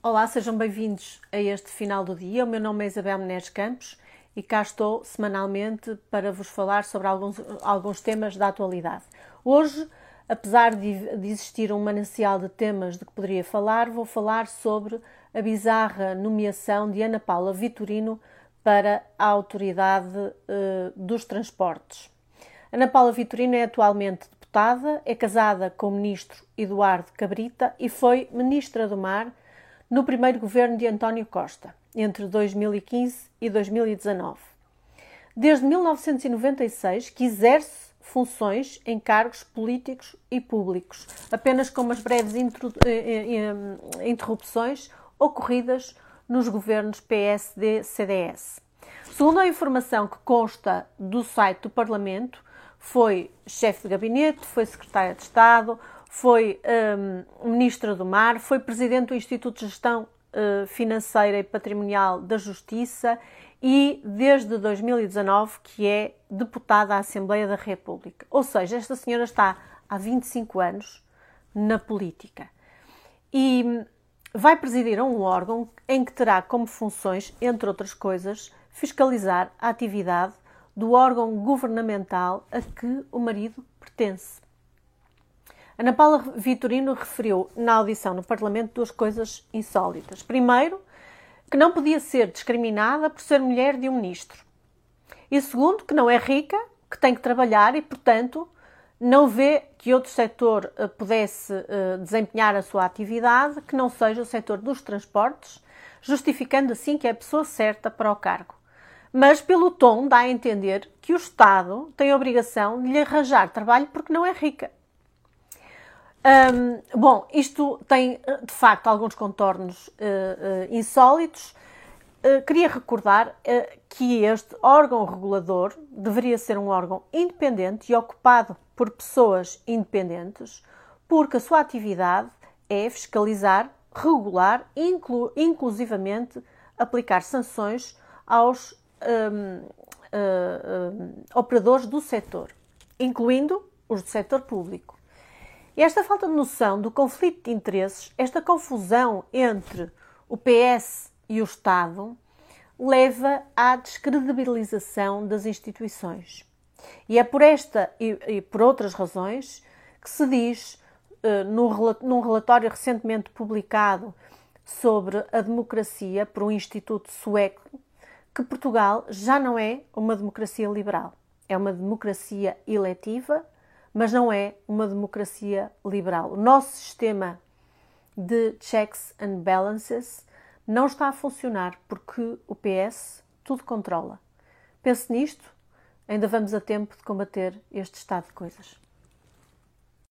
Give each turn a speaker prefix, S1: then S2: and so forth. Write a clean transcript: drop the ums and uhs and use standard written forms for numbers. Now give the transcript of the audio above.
S1: Olá, sejam bem-vindos a este final do dia. O meu nome é Isabel Menezes Campos e cá estou semanalmente para vos falar sobre alguns temas da atualidade. Hoje, apesar de existir um manancial de temas de que poderia falar, vou falar sobre a bizarra nomeação de Ana Paula Vitorino para a Autoridade dos Transportes. Ana Paula Vitorino é atualmente deputada, é casada com o ministro Eduardo Cabrita e foi ministra do Mar no primeiro governo de António Costa, entre 2015 e 2019. Desde 1996 que exerce funções em cargos políticos e públicos, apenas com umas breves interrupções ocorridas nos governos PSD-CDS. Segundo a informação que consta do site do Parlamento, foi chefe de gabinete, foi secretária de Estado, foi ministra do Mar, foi presidente do Instituto de Gestão Financeira e Patrimonial da Justiça e, desde 2019, que é deputada à Assembleia da República. Ou seja, esta senhora está há 25 anos na política e vai presidir um órgão em que terá como funções, entre outras coisas, fiscalizar a atividade do órgão governamental a que o marido pertence. Ana Paula Vitorino referiu na audição no Parlamento duas coisas insólitas. Primeiro, que não podia ser discriminada por ser mulher de um ministro. E segundo, que não é rica, que tem que trabalhar e, portanto, não vê que outro setor pudesse desempenhar a sua atividade, que não seja o setor dos transportes, justificando assim que é a pessoa certa para o cargo. Mas, pelo tom, dá a entender que o Estado tem a obrigação de lhe arranjar trabalho porque não é rica. Bom, isto tem, de facto, alguns contornos insólitos. Queria recordar que este órgão regulador deveria ser um órgão independente e ocupado por pessoas independentes, porque a sua atividade é fiscalizar, regular e, inclusivamente, aplicar sanções aos operadores do setor, incluindo os do setor público. E esta falta de noção do conflito de interesses, esta confusão entre o PS e o Estado, leva à descredibilização das instituições. E é por esta e por outras razões que se diz, num relatório recentemente publicado sobre a democracia por um instituto sueco, que Portugal já não é uma democracia liberal. É uma democracia eletiva, mas não é uma democracia liberal. O nosso sistema de checks and balances não está a funcionar porque o PS tudo controla. Pense nisto, ainda vamos a tempo de combater este estado de coisas.